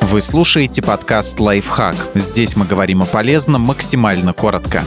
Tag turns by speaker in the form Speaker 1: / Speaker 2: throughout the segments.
Speaker 1: Вы слушаете подкаст «Лайфхак». Здесь мы говорим о полезном максимально коротко.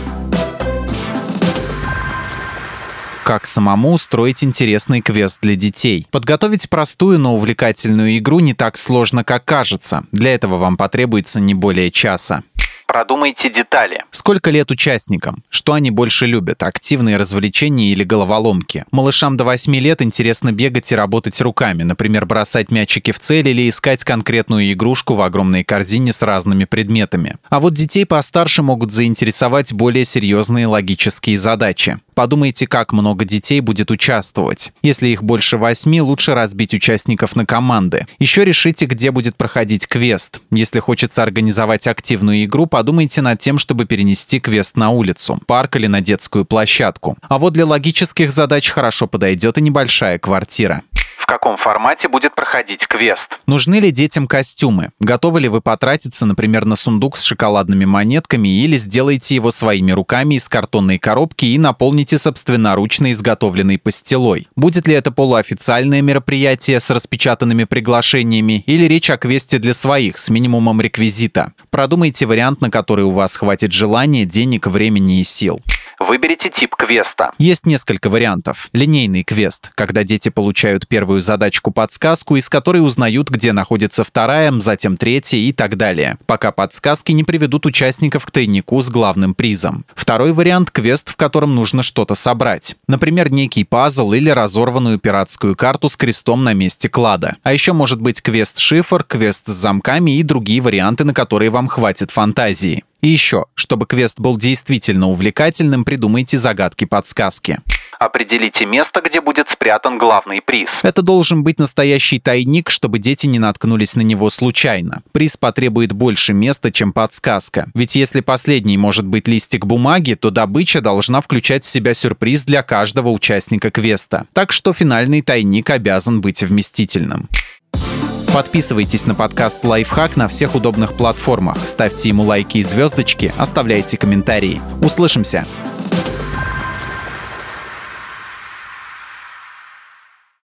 Speaker 1: Как самому устроить интересный квест для детей. Подготовить простую, но увлекательную игру не так сложно, как кажется. Для этого вам потребуется не более часа. Продумайте детали. Сколько лет участникам? Что они больше любят? Активные развлечения или головоломки? Малышам до 8 лет интересно бегать и работать руками, например, бросать мячики в цель или искать конкретную игрушку в огромной корзине с разными предметами. А вот детей постарше могут заинтересовать более серьезные логические задачи. Подумайте, как много детей будет участвовать. Если их больше 8, лучше разбить участников на команды. Еще решите, где будет проходить квест. Если хочется организовать активную игру, подумайте над тем, чтобы перенести квест на улицу, парк или на детскую площадку. А вот для логических задач хорошо подойдет и небольшая квартира. В каком формате будет проходить квест? Нужны ли детям костюмы? Готовы ли вы потратиться, например, на сундук с шоколадными монетками или сделаете его своими руками из картонной коробки и наполните собственноручно изготовленной пастилой? Будет ли это полуофициальное мероприятие с распечатанными приглашениями или речь о квесте для своих с минимумом реквизита? Продумайте вариант, на который у вас хватит желания, денег, времени и сил. Выберите тип квеста. Есть несколько вариантов. Линейный квест, когда дети получают первую задачку-подсказку, из которой узнают, где находится вторая, затем третья и так далее, пока подсказки не приведут участников к тайнику с главным призом. Второй вариант — квест, в котором нужно что-то собрать. Например, некий пазл или разорванную пиратскую карту с крестом на месте клада. А еще может быть квест-шифр, квест с замками и другие варианты, на которые вам хватит фантазии. И еще, чтобы квест был действительно увлекательным, придумайте загадки-подсказки. Определите место, где будет спрятан главный приз. Это должен быть настоящий тайник, чтобы дети не наткнулись на него случайно. Приз потребует больше места, чем подсказка. Ведь если последний может быть листик бумаги, то добыча должна включать в себя сюрприз для каждого участника квеста. Так что финальный тайник обязан быть вместительным. Подписывайтесь на подкаст «Лайфхак» на всех удобных платформах, ставьте ему лайки и звездочки, оставляйте комментарии. Услышимся!